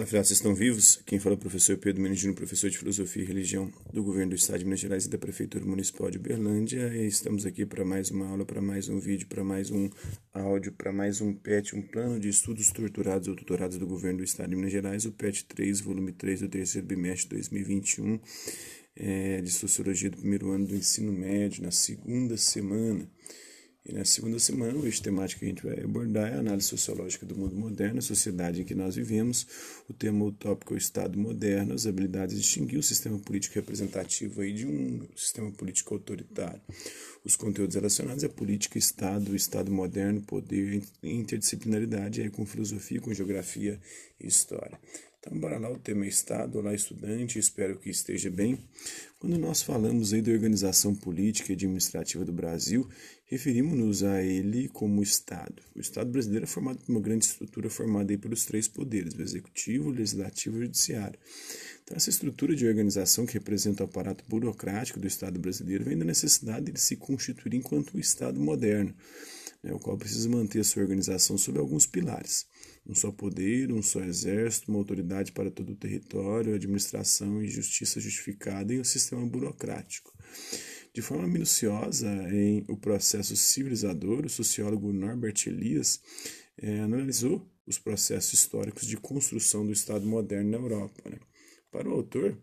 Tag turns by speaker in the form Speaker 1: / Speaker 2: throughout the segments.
Speaker 1: Fala, filhotes, vocês estão vivos? Quem fala é o professor Pedro Menegino, professor de Filosofia e Religião do Governo do Estado de Minas Gerais e da Prefeitura Municipal de Uberlândia. E estamos aqui para mais uma aula, para mais um vídeo, para mais um áudio, para mais um PET, um Plano de Estudos Torturados ou Tutorados do Governo do Estado de Minas Gerais, o PET 3, volume 3 do terceiro bimestre de 2021, de Sociologia do primeiro ano do ensino médio, na segunda semana. E na segunda semana, o eixo temático que a gente vai abordar é a análise sociológica do mundo moderno, a sociedade em que nós vivemos. O tema utópico é o Estado moderno, as habilidades de distinguir o sistema político representativo aí de um sistema político autoritário. Os conteúdos relacionados à política, Estado, Estado moderno, poder, interdisciplinaridade, aí com filosofia, com geografia e história. Então, bora lá, o tema é Estado. Olá, estudante, espero que esteja bem. Quando nós falamos aí da organização política e administrativa do Brasil, referimos-nos a ele como Estado. O Estado brasileiro é formado por uma grande estrutura formada aí pelos três poderes, o Executivo, o Legislativo e o Judiciário. Então, essa estrutura de organização que representa o aparato burocrático do Estado brasileiro vem da necessidade de se constituir enquanto um Estado moderno, o qual precisa manter a sua organização sob alguns pilares. Um só poder, um só exército, uma autoridade para todo o território, administração e justiça justificada e um sistema burocrático. De forma minuciosa em O Processo Civilizador, o sociólogo Norbert Elias analisou os processos históricos de construção do Estado moderno na Europa. Para o autor,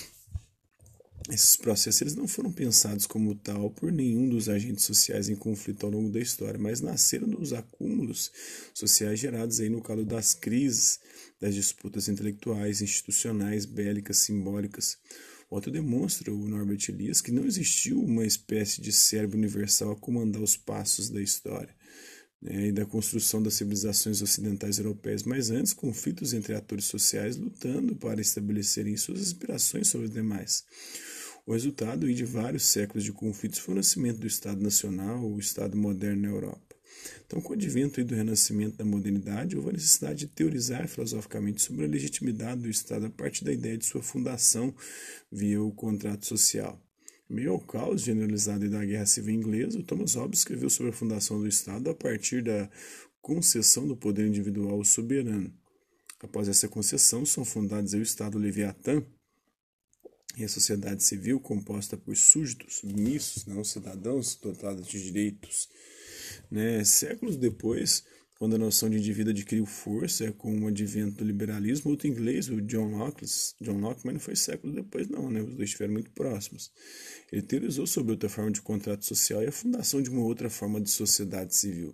Speaker 1: esses processos eles não foram pensados como tal por nenhum dos agentes sociais em conflito ao longo da história, mas nasceram dos acúmulos sociais gerados aí no calor das crises, das disputas intelectuais, institucionais, bélicas, simbólicas. O autor demonstra, o Norbert Elias, que não existiu uma espécie de cérebro universal a comandar os passos da história e da construção das civilizações ocidentais europeias, mas antes conflitos entre atores sociais lutando para estabelecerem suas aspirações sobre os demais. O resultado de vários séculos de conflitos foi o nascimento do Estado Nacional, o Estado moderno na Europa. Então, com o advento do renascimento da modernidade, houve a necessidade de teorizar filosoficamente sobre a legitimidade do Estado a partir da ideia de sua fundação via o contrato social. Meio ao caos generalizado da Guerra Civil Inglesa, o Thomas Hobbes escreveu sobre a fundação do Estado a partir da concessão do poder individual ao soberano. Após essa concessão, são fundados o Estado Leviatã e a sociedade civil, composta por súditos, submissos, não cidadãos dotados de direitos. Séculos depois, quando a noção de indivíduo adquiriu força com o advento do liberalismo, outro inglês, o John Locke, mas não foi séculos depois não, os dois estiveram muito próximos. Ele teorizou sobre outra forma de contrato social e a fundação de uma outra forma de sociedade civil.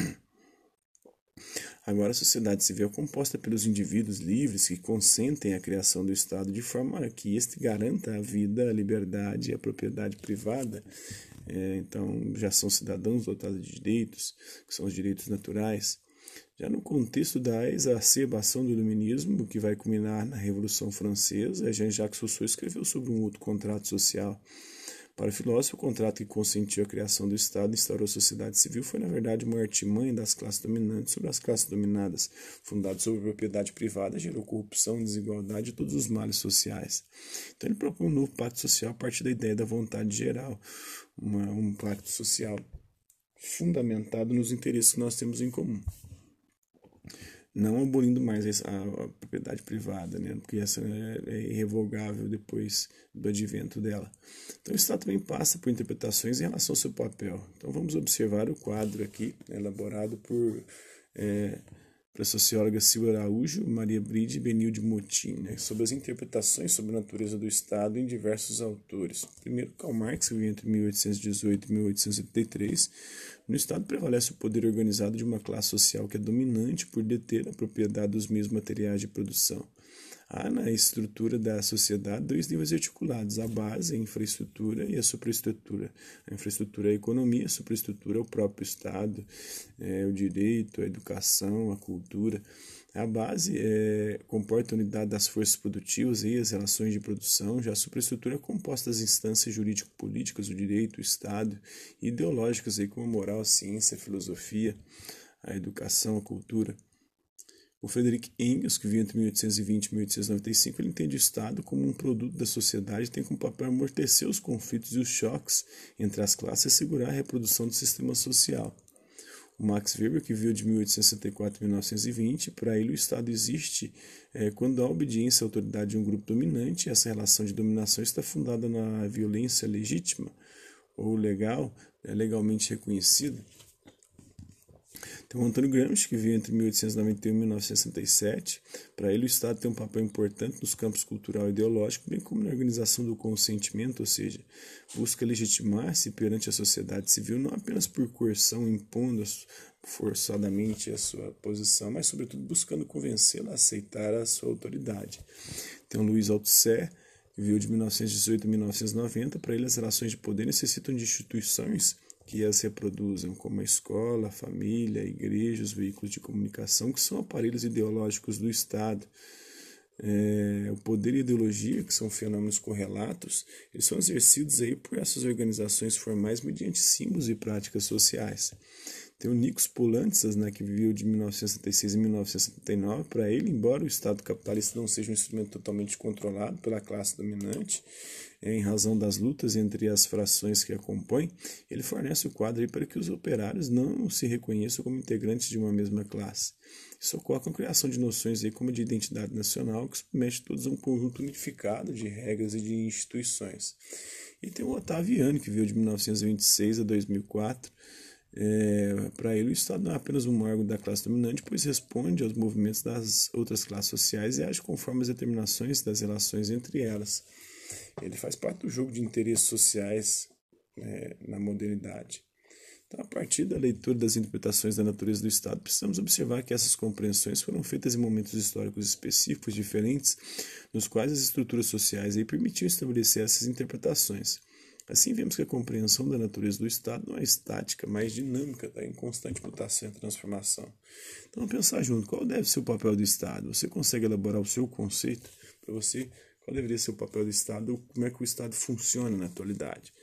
Speaker 1: Agora, a sociedade civil é composta pelos indivíduos livres que consentem a criação do Estado de forma que este garanta a vida, a liberdade e a propriedade privada. Então, já são cidadãos dotados de direitos, que são os direitos naturais. Já no contexto da exacerbação do iluminismo, que vai culminar na Revolução Francesa, Jean-Jacques Rousseau escreveu sobre um outro contrato social. Para o filósofo, o contrato que consentiu a criação do Estado e instaurou a sociedade civil foi, na verdade, uma artimanha das classes dominantes sobre as classes dominadas, fundado sobre a propriedade privada, gerou corrupção, desigualdade e todos os males sociais. Então ele propõe um novo pacto social a partir da ideia da vontade geral, um pacto social fundamentado nos interesses que nós temos em comum. Não abolindo mais a propriedade privada, porque essa é irrevogável depois do advento dela. Então, o Estado também passa por interpretações em relação ao seu papel. Então, vamos observar o quadro aqui, elaborado por a socióloga Silvia Araújo, Maria Bride e Benilde Motim, sobre as interpretações sobre a natureza do Estado em diversos autores. Primeiro, Karl Marx, que viveu entre 1818 e 1873. No Estado prevalece o poder organizado de uma classe social que é dominante por deter a propriedade dos meios materiais de produção. Há na estrutura da sociedade dois níveis articulados, a base, a infraestrutura e a superestrutura. A infraestrutura é a economia, a superestrutura é o próprio Estado, o direito, a educação, a cultura. A base comporta a unidade das forças produtivas e as relações de produção, já a superestrutura é composta das instâncias jurídico-políticas, o direito, o Estado, e ideológicas como a moral, a ciência, a filosofia, a educação, a cultura. O Friedrich Engels, que viveu entre 1820 e 1895, ele entende o Estado como um produto da sociedade e tem como papel amortecer os conflitos e os choques entre as classes e assegurar a reprodução do sistema social. o Max Weber, que viveu de 1864 a 1920. Para ele, o Estado existe quando há obediência à autoridade de um grupo dominante. Essa relação de dominação está fundada na violência legítima ou legal, legalmente reconhecida. Tem o Antônio Gramsci, que viveu entre 1891 e 1967. Para ele, o Estado tem um papel importante nos campos cultural e ideológico, bem como na organização do consentimento, ou seja, busca legitimar-se perante a sociedade civil não apenas por coerção, impondo forçadamente a sua posição, mas, sobretudo, buscando convencê-la a aceitar a sua autoridade. Tem o Luiz Althusser, que viveu de 1918 a 1990. Para ele, as relações de poder necessitam de instituições que as reproduzam, como a escola, a família, a igreja, os veículos de comunicação, que são aparelhos ideológicos do Estado. O poder e a ideologia, que são fenômenos correlatos, eles são exercidos aí por essas organizações formais mediante símbolos e práticas sociais. Tem o Nikos Poulantzas, que viveu de 1966 a 1979. Para ele, embora o Estado capitalista não seja um instrumento totalmente controlado pela classe dominante, em razão das lutas entre as frações que a compõem, ele fornece o quadro aí para que os operários não se reconheçam como integrantes de uma mesma classe. Isso ocorre com a criação de noções aí como de identidade nacional, que submete todos a um conjunto unificado de regras e de instituições. E tem o Ottaviani, que viveu de 1926 a 2004. Para ele, o Estado não é apenas um órgão da classe dominante, pois responde aos movimentos das outras classes sociais e age conforme as determinações das relações entre elas. Ele faz parte do jogo de interesses sociais na modernidade. Então, a partir da leitura das interpretações da natureza do Estado, precisamos observar que essas compreensões foram feitas em momentos históricos específicos diferentes, nos quais as estruturas sociais aí permitiam estabelecer essas interpretações. Assim, vemos que a compreensão da natureza do Estado não é estática, mas dinâmica, está em constante mutação e transformação. Então, vamos pensar junto, qual deve ser o papel do Estado? Você consegue elaborar o seu conceito para você? Qual deveria ser o papel do Estado? Como é que o Estado funciona na atualidade?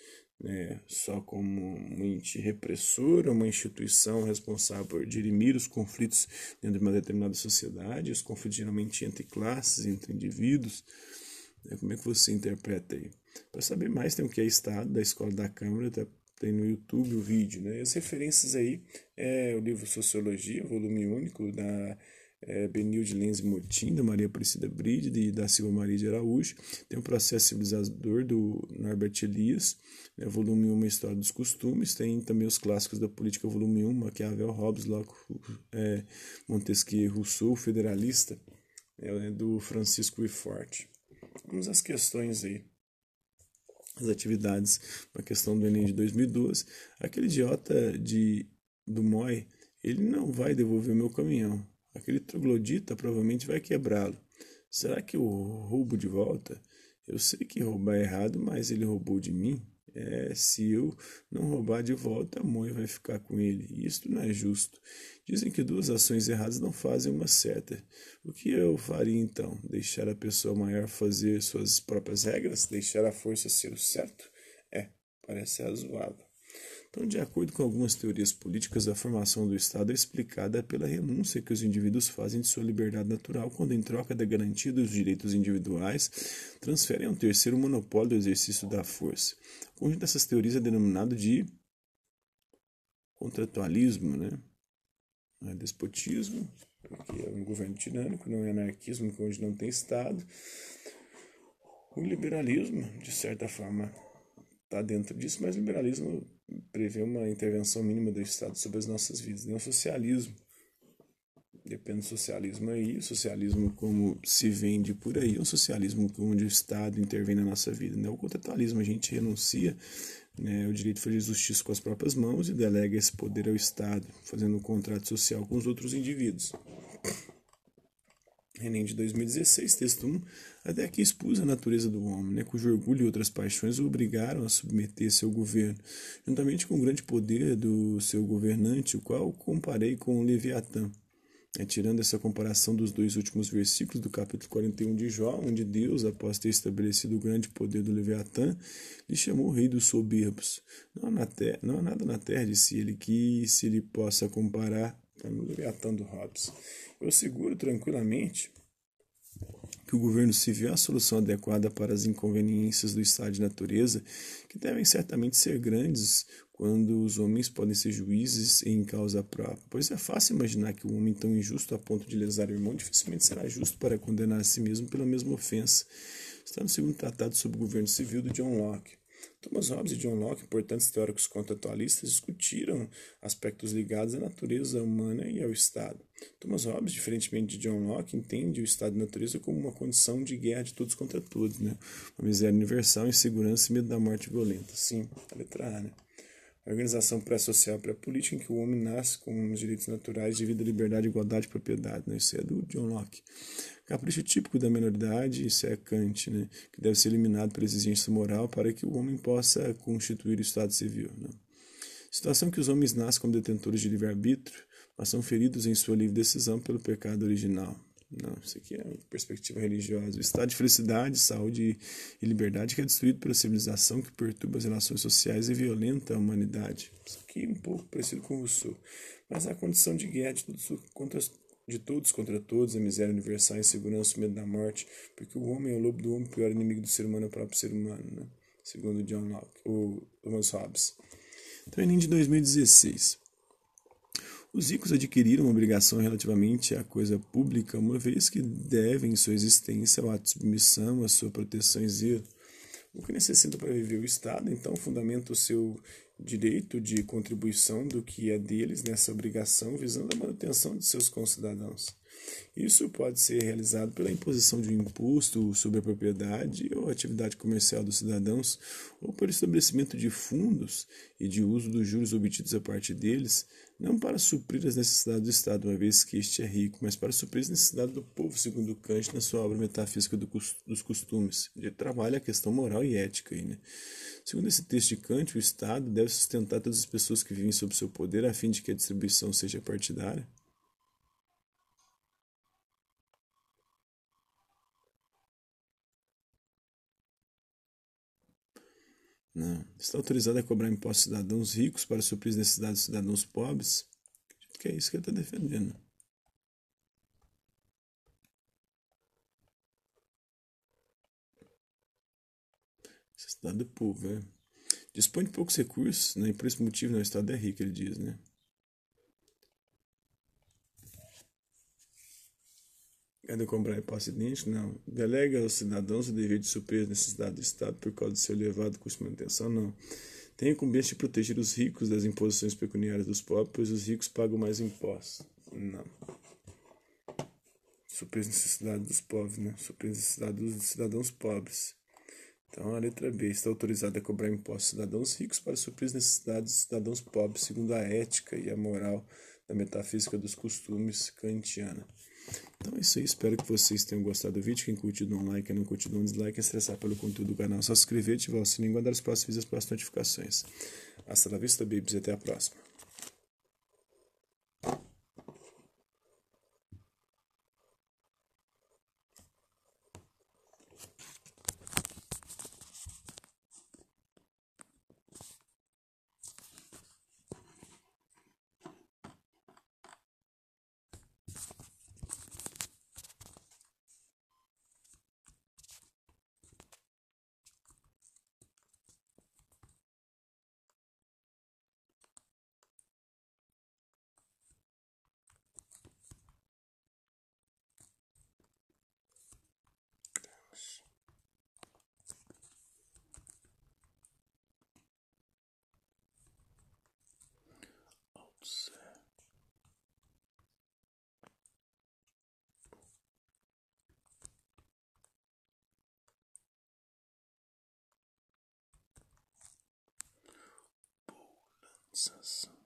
Speaker 1: Só como um ente repressor, uma instituição responsável por dirimir os conflitos dentro de uma determinada sociedade, os conflitos geralmente entre classes, entre indivíduos. Como é que você interpreta aí? Para saber mais, tem o que é Estado, da Escola da Câmara, tem no YouTube o vídeo. As referências aí o livro Sociologia, volume único, da Benilde Lenz Motim, da Maria Aparecida Bride e da Silva Maria de Araújo. Tem o Processo Civilizador, do Norbert Elias, volume 1, Uma História dos Costumes. Tem também os clássicos da política, volume 1, Maquiavel, Hobbes, Locke, Montesquieu, Rousseau, Federalista, do Francisco Wifort. Vamos às questões aí, as atividades, uma questão do Enem de 2012. Aquele idiota do MOI, ele não vai devolver o meu caminhão. Aquele troglodita provavelmente vai quebrá-lo. Será que eu roubo de volta? Eu sei que roubar é errado, mas ele roubou de mim. Se eu não roubar de volta, a mãe vai ficar com ele. E isto não é justo. Dizem que duas ações erradas não fazem uma certa. O que eu faria então? Deixar a pessoa maior fazer suas próprias regras? Deixar a força ser o certo? Parece razoável. Então, de acordo com algumas teorias políticas, a formação do Estado é explicada pela renúncia que os indivíduos fazem de sua liberdade natural quando, em troca da garantia dos direitos individuais, transferem a um terceiro o monopólio do exercício da força. O conjunto dessas teorias é denominado de contratualismo, Não é despotismo, porque é um governo tirânico, não é anarquismo, onde não tem Estado. O liberalismo, de certa forma, está dentro disso, mas o liberalismo prevê uma intervenção mínima do Estado sobre as nossas vidas. Nem o socialismo. Depende do socialismo aí. O socialismo, como se vende por aí, é um socialismo onde o Estado intervém na nossa vida. O contratualismo, a gente renuncia o direito de fazer justiça com as próprias mãos e delega esse poder ao Estado, fazendo um contrato social com os outros indivíduos. Enem de 2016, texto 1, até aqui expus a natureza do homem, cujo orgulho e outras paixões o obrigaram a submeter-se ao governo, juntamente com o grande poder do seu governante, o qual comparei com o Leviatã. Tirando essa comparação dos dois últimos versículos do capítulo 41 de Jó, onde Deus, após ter estabelecido o grande poder do Leviatã, lhe chamou rei dos soberbos. Não há nada na terra, disse ele, que se lhe possa comparar no Leviatã do Hobbes. Eu asseguro tranquilamente que o governo civil é a solução adequada para as inconveniências do estado de natureza, que devem certamente ser grandes quando os homens podem ser juízes em causa própria. Pois é fácil imaginar que um homem tão injusto a ponto de lesar o irmão dificilmente será justo para condenar a si mesmo pela mesma ofensa. Está no segundo tratado sobre o governo civil do John Locke. Thomas Hobbes e John Locke, importantes teóricos contratualistas, discutiram aspectos ligados à natureza humana e ao Estado. Thomas Hobbes, diferentemente de John Locke, entende o Estado e a natureza como uma condição de guerra de todos contra todos, né? Uma miséria universal, insegurança e medo da morte violenta. Sim, a letra A, né? A organização pré-social, pré-política em que o homem nasce com os direitos naturais de vida, liberdade, igualdade e propriedade. Né? Isso é do John Locke. Capricho típico da menoridade, isso é Kant, né? Que deve ser eliminado pela exigência moral para que o homem possa constituir o Estado civil. Né? Situação que os homens nascem como detentores de livre-arbítrio, mas são feridos em sua livre decisão pelo pecado original. Não, isso aqui é uma perspectiva religiosa. O estado de felicidade, saúde e liberdade que é destruído pela civilização que perturba as relações sociais e violenta a humanidade. Isso aqui é um pouco parecido com Rousseau. Mas a condição de guerra de todos contra todos, a miséria universal, a insegurança, o medo da morte, porque o homem é o lobo do homem, o pior inimigo do ser humano é o próprio ser humano, né? Segundo John Locke, ou Thomas Hobbes. Então, Enem de 2016. Os ricos adquiriram uma obrigação relativamente à coisa pública, uma vez que devem sua existência ao ato de submissão, à sua proteção e zelo. O que necessita para viver o Estado, então, fundamenta o seu direito de contribuição do que é deles nessa obrigação, visando a manutenção de seus concidadãos. Isso pode ser realizado pela imposição de um imposto sobre a propriedade ou atividade comercial dos cidadãos, ou pelo estabelecimento de fundos e de uso dos juros obtidos a partir deles, não para suprir as necessidades do Estado, uma vez que este é rico, mas para suprir as necessidades do povo, segundo Kant na sua obra Metafísica dos Costumes. Ele trabalha a questão moral e ética aí, né? Segundo esse texto de Kant, o Estado deve sustentar todas as pessoas que vivem sob seu poder, a fim de que a distribuição seja partidária. Não. Está autorizado a cobrar impostos de cidadãos ricos para suprir as necessidades dos cidadãos pobres? Acredito que é isso que ele está defendendo. Necessidade do povo, é. Dispõe de poucos recursos, né? E por esse motivo o Estado é rico, ele diz, né? É de comprar imposto idêntico? Não. Delega aos cidadãos o dever de suprir as necessidades do Estado por causa do seu elevado custo de manutenção? Não. Tem a incumbência de proteger os ricos das imposições pecuniárias dos pobres, pois os ricos pagam mais impostos? Não. Suprir as necessidades dos pobres, né? Suprir as necessidades dos cidadãos pobres. Então, a letra B está autorizada a cobrar impostos de cidadãos ricos para suprir as necessidades dos cidadãos pobres, segundo a ética e a moral da metafísica dos costumes kantiana. Então é isso aí, espero que vocês tenham gostado do vídeo. Quem curtiu, dá um like, quem não curtiu, dá um dislike. Estressar pelo conteúdo do canal, só se inscrever, ativar o sininho e guardar os próximos vídeos para as notificações. Hasta la vista, babies, e até a próxima. Sensação.